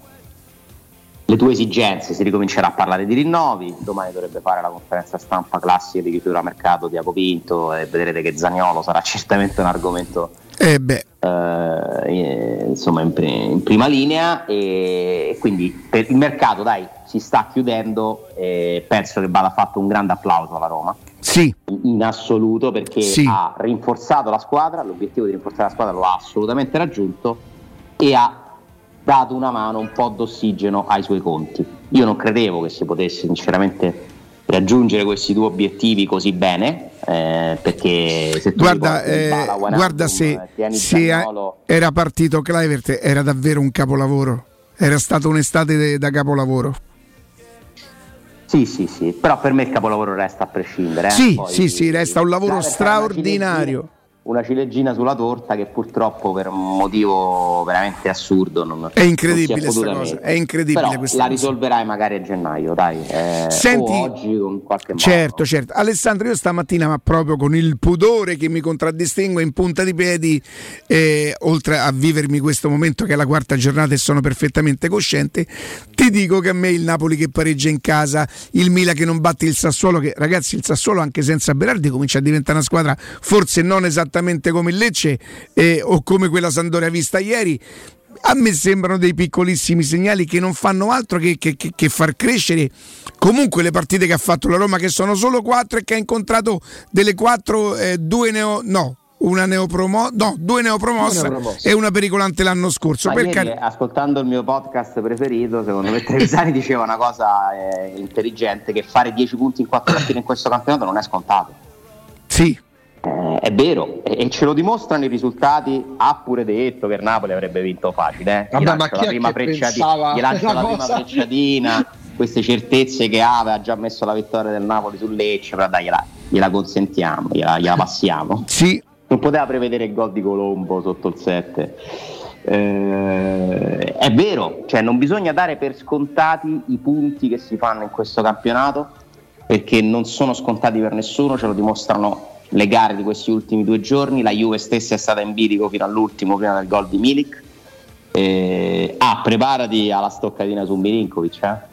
le tue esigenze. Si ricomincerà a parlare di rinnovi, domani dovrebbe fare la conferenza stampa classica di chiusura mercato di Diaco Pinto e vedrete che Zaniolo sarà certamente un argomento eh beh. Eh, insomma in, pre- in prima linea e, e quindi per il mercato dai si sta chiudendo e penso che vada fatto un grande applauso alla Roma, sì, in assoluto, perché sì. ha rinforzato la squadra, l'obiettivo di rinforzare la squadra lo ha assolutamente raggiunto e ha dato una mano, un po' d'ossigeno ai suoi conti. Io non credevo che si potesse sinceramente raggiungere questi due obiettivi così bene, eh, perché se tu guarda, eh, Bala, guarda se, se era partito Kluivert era davvero un capolavoro, era stata un'estate de, da capolavoro. Sì, sì, sì, però per me il capolavoro resta a prescindere. Eh? Sì, Poi, sì, sì, resta un lavoro straordinario. Una ciliegina sulla torta che purtroppo per un motivo veramente assurdo non è incredibile questa cosa, è incredibile. Però questa la cosa. Risolverai magari a gennaio, dai. Eh, Senti, o oggi con qualche modo. Certo, certo. Alessandro, io stamattina, ma proprio con il pudore che mi contraddistingue in punta di piedi, eh, oltre a vivermi questo momento che è la quarta giornata e sono perfettamente cosciente, ti dico che a me il Napoli che pareggia in casa, il Milan che non batte il Sassuolo, che ragazzi il Sassuolo anche senza Berardi comincia a diventare una squadra forse non esattamente come il Lecce eh, o come quella Sampdoria vista ieri, a me sembrano dei piccolissimi segnali che non fanno altro che, che, che, che far crescere comunque le partite che ha fatto la Roma, che sono solo quattro e che ha incontrato delle quattro, eh, due neo, no, una neopromo, no, due neopromosse e una pericolante l'anno scorso. Ma per ieri, car- ascoltando il mio podcast preferito, secondo me Trevisani diceva una cosa eh, intelligente, che fare dieci punti in quattro partite in questo campionato non è scontato. Sì. Eh, è vero, e, e ce lo dimostrano i risultati. Ha pure detto che il Napoli avrebbe vinto facile, eh. Gli Vabbè, ma chi la prima frecciatina, gli lancia la prima frecciatina, queste certezze che ha, aveva già messo la vittoria del Napoli sul Lecce, però dai, gliela, gliela consentiamo, gliela, gliela passiamo. Sì. Non poteva prevedere il gol di Colombo sotto il sette. Eh, è vero, cioè non bisogna dare per scontati i punti che si fanno in questo campionato, perché non sono scontati per nessuno, ce lo dimostrano le gare di questi ultimi due giorni. La Juve stessa è stata in bilico fino all'ultimo prima del gol di Milik. Eh, ah, preparati alla stoccatina su Milinkovic, eh?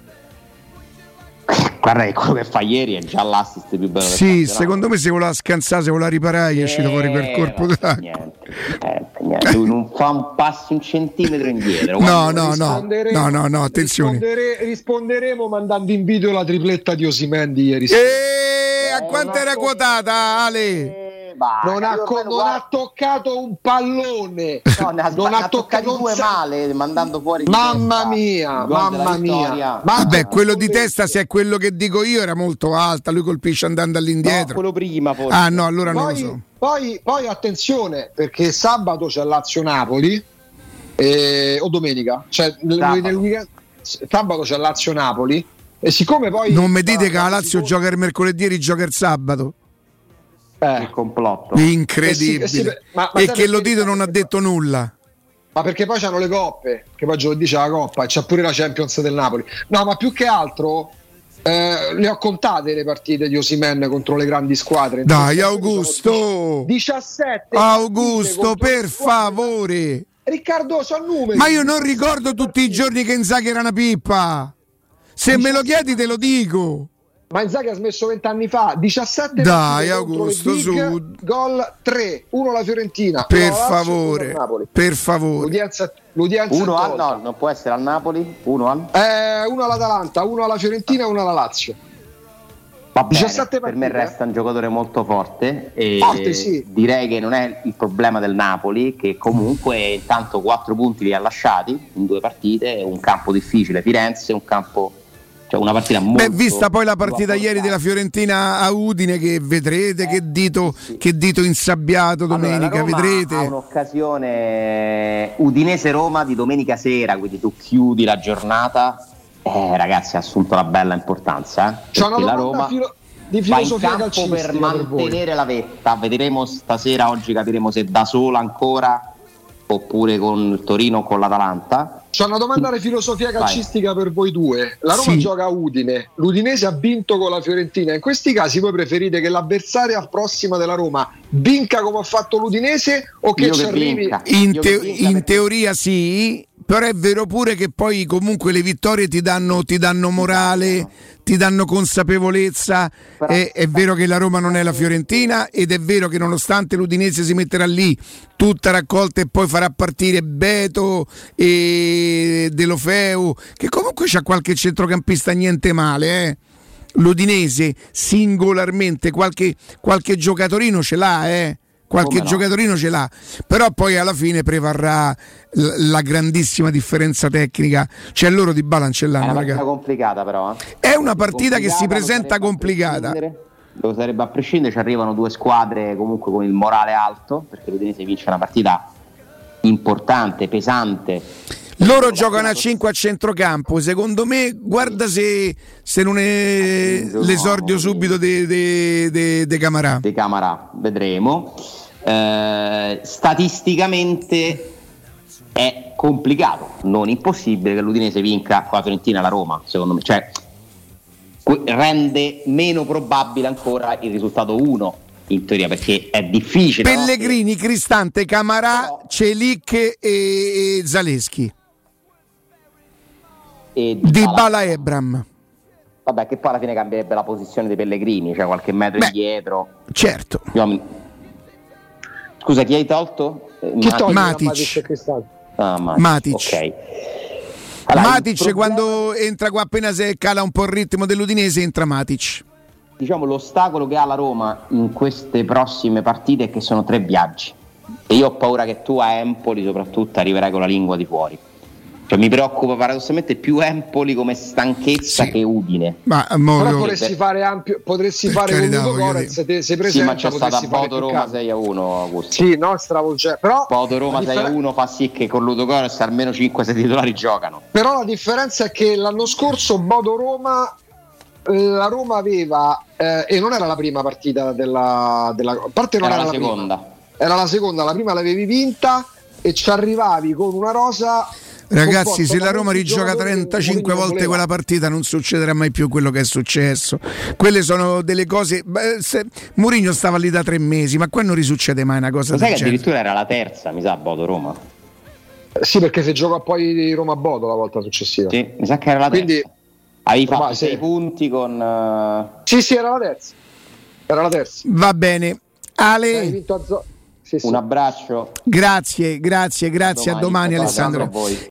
Guarda che quello che fa ieri è già l'assist più bello. Sì, secondo me se voleva scansare, se voleva riparare, gli è uscito fuori quel corpo d'acqua. Niente, niente, niente. Lui non fa un passo un centimetro indietro. No, no, no, no, no, no, attenzione. Rispondere, risponderemo mandando in video la tripletta di Osimhen di ieri sera. E a quanto era quotata, Ale? Bah, non, ha, co- non ha toccato un pallone, no, ne ha, non ha ha toccato toccato due male, mandando fuori. Mamma mia, mamma mia. Vabbè, quello di testa, se è quello che dico io, era molto alta. Lui colpisce andando all'indietro. No, quello prima, forse. Ah, no, allora poi, non lo so. Poi, poi attenzione, perché sabato c'è Lazio-Napoli eh, o domenica, cioè sabato. Nel weekend, sabato c'è Lazio-Napoli. E siccome poi non mi dite che la Lazio si... gioca il mercoledì e rigioca il sabato. Eh. Il complotto incredibile, eh sì, eh sì, ma, ma e che lo dito non ha detto nulla. Ma perché poi c'hanno le coppe, che poi giovedì c'è la coppa e c'è pure la Champions del Napoli. No, ma più che altro eh, le ho contate le partite di Osimhen contro le grandi squadre. Dai Augusto, diciassette Augusto, per favore. Riccardo, so numeri. Ma io non ricordo tutti i giorni che Inzaghi era una pippa. Se me lo chiedi te lo dico. Ma Inzaghi ha smesso vent'anni fa. Diciassette dai Augusto, su gol tre, uno alla Fiorentina, per favore, per favore. L'udienza, l'udienza uno al, no, non può essere al Napoli, uno al eh, uno all'Atalanta, uno alla Fiorentina e uno alla Lazio. Va bene, per me resta un giocatore molto forte e forte, sì. Direi che non è il problema del Napoli, che comunque intanto quattro punti li ha lasciati in due partite, un campo difficile, Firenze, un campo, cioè una partita molto. Beh, vista poi la partita ieri della Fiorentina a Udine, che vedrete eh, che dito sì. che dito insabbiato domenica, allora, vedrete. Ha un'occasione Udinese-Roma di domenica sera, quindi tu chiudi la giornata. Eh, ragazzi, ha assunto una bella importanza. Eh? C'è una la Roma filo- di filosofia va in campo per mantenere per la vetta. Vedremo stasera, oggi capiremo se da sola ancora oppure con il Torino o con l'Atalanta. C'è una domanda di filosofia calcistica Vai. per voi due. La Roma sì. gioca a Udine, l'Udinese ha vinto con la Fiorentina. In questi casi voi preferite che l'avversaria prossima della Roma vinca come ha fatto l'Udinese o che Io ci che arrivi? In, te- in teoria sì, però è vero pure che poi comunque le vittorie ti danno, ti danno morale, ti danno consapevolezza. È, è vero che la Roma non è la Fiorentina ed è vero che nonostante l'Udinese si metterà lì tutta raccolta e poi farà partire Beto e De Lofeu, che comunque c'ha qualche centrocampista niente male, eh. L'Udinese singolarmente qualche, qualche giocatorino ce l'ha, eh. Qualche no. giocatorino ce l'ha, però poi alla fine prevarrà l- la grandissima differenza tecnica. Cioè loro di Dybala non ce l'hanno. È una partita complicata però. Eh. È una partita che si presenta complicata. Lo sarebbe a prescindere, ci arrivano due squadre comunque con il morale alto, perché l'Udinese vince una partita importante, pesante. Loro giocano a cinque a centrocampo, secondo me, guarda se, se non è l'esordio subito di de, de, de Camarà. De Camarà, vedremo. Eh, statisticamente è complicato, non impossibile che l'Udinese vinca con la Fiorentina e la Roma, secondo me. Cioè, rende meno probabile ancora il risultato uno. In teoria, perché è difficile. Pellegrini, no? Cristante, Camarà, Però... Celic e, e Zaleschi. E Dybala e Ebram. Vabbè, che poi alla fine cambierebbe la posizione dei Pellegrini, cioè qualche metro Beh, indietro. Certo. Scusa, chi hai tolto? Chi toglie Matic. Ah, Matic. Matic. Ok. Allora, Matic problema... quando entra qua, appena se cala un po' il ritmo dell'Udinese, entra Matic. Diciamo l'ostacolo che ha la Roma in queste prossime partite è che sono tre viaggi e io ho paura che tu a Empoli soprattutto arriverai con la lingua di fuori. Cioè, mi preoccupa paradossalmente più Empoli come stanchezza sì. che Udine. Ma mo però potresti io... fare ampio, potresti fare carità, con Ludo Gorez, se te sei presente. Sì, ma c'è stata Bodo Roma sei a uno, Augusto. Sì, no, stravolgente. Però Bodo Roma sei a uno fa sì che con Ludo Gorez almeno cinque sei titolari giocano. Però la differenza è che l'anno scorso Bodo Roma la Roma aveva eh, e non era la prima partita della, della a parte non era, era la, la seconda. Prima, era la seconda, la prima l'avevi vinta e ci arrivavi con una rosa. Ragazzi, se la Roma rigioca trentacinque volte quella partita non succederà mai più quello che è successo. Quelle sono delle cose. Mourinho stava lì da tre mesi, ma qua non risuccede mai una cosa. Ma sai del che genere. Addirittura era la terza, mi sa, Bodo Roma. Sì, perché se gioca poi Roma Bodo la volta successiva. Sì, mi sa che era la terza. Quindi avevi fatto sei sì. punti con. Uh... Sì, sì, era la terza. Era la terza. Va bene, Ale. Sì, sì. Un abbraccio. Grazie, grazie, grazie. A domani, a domani Alessandro. A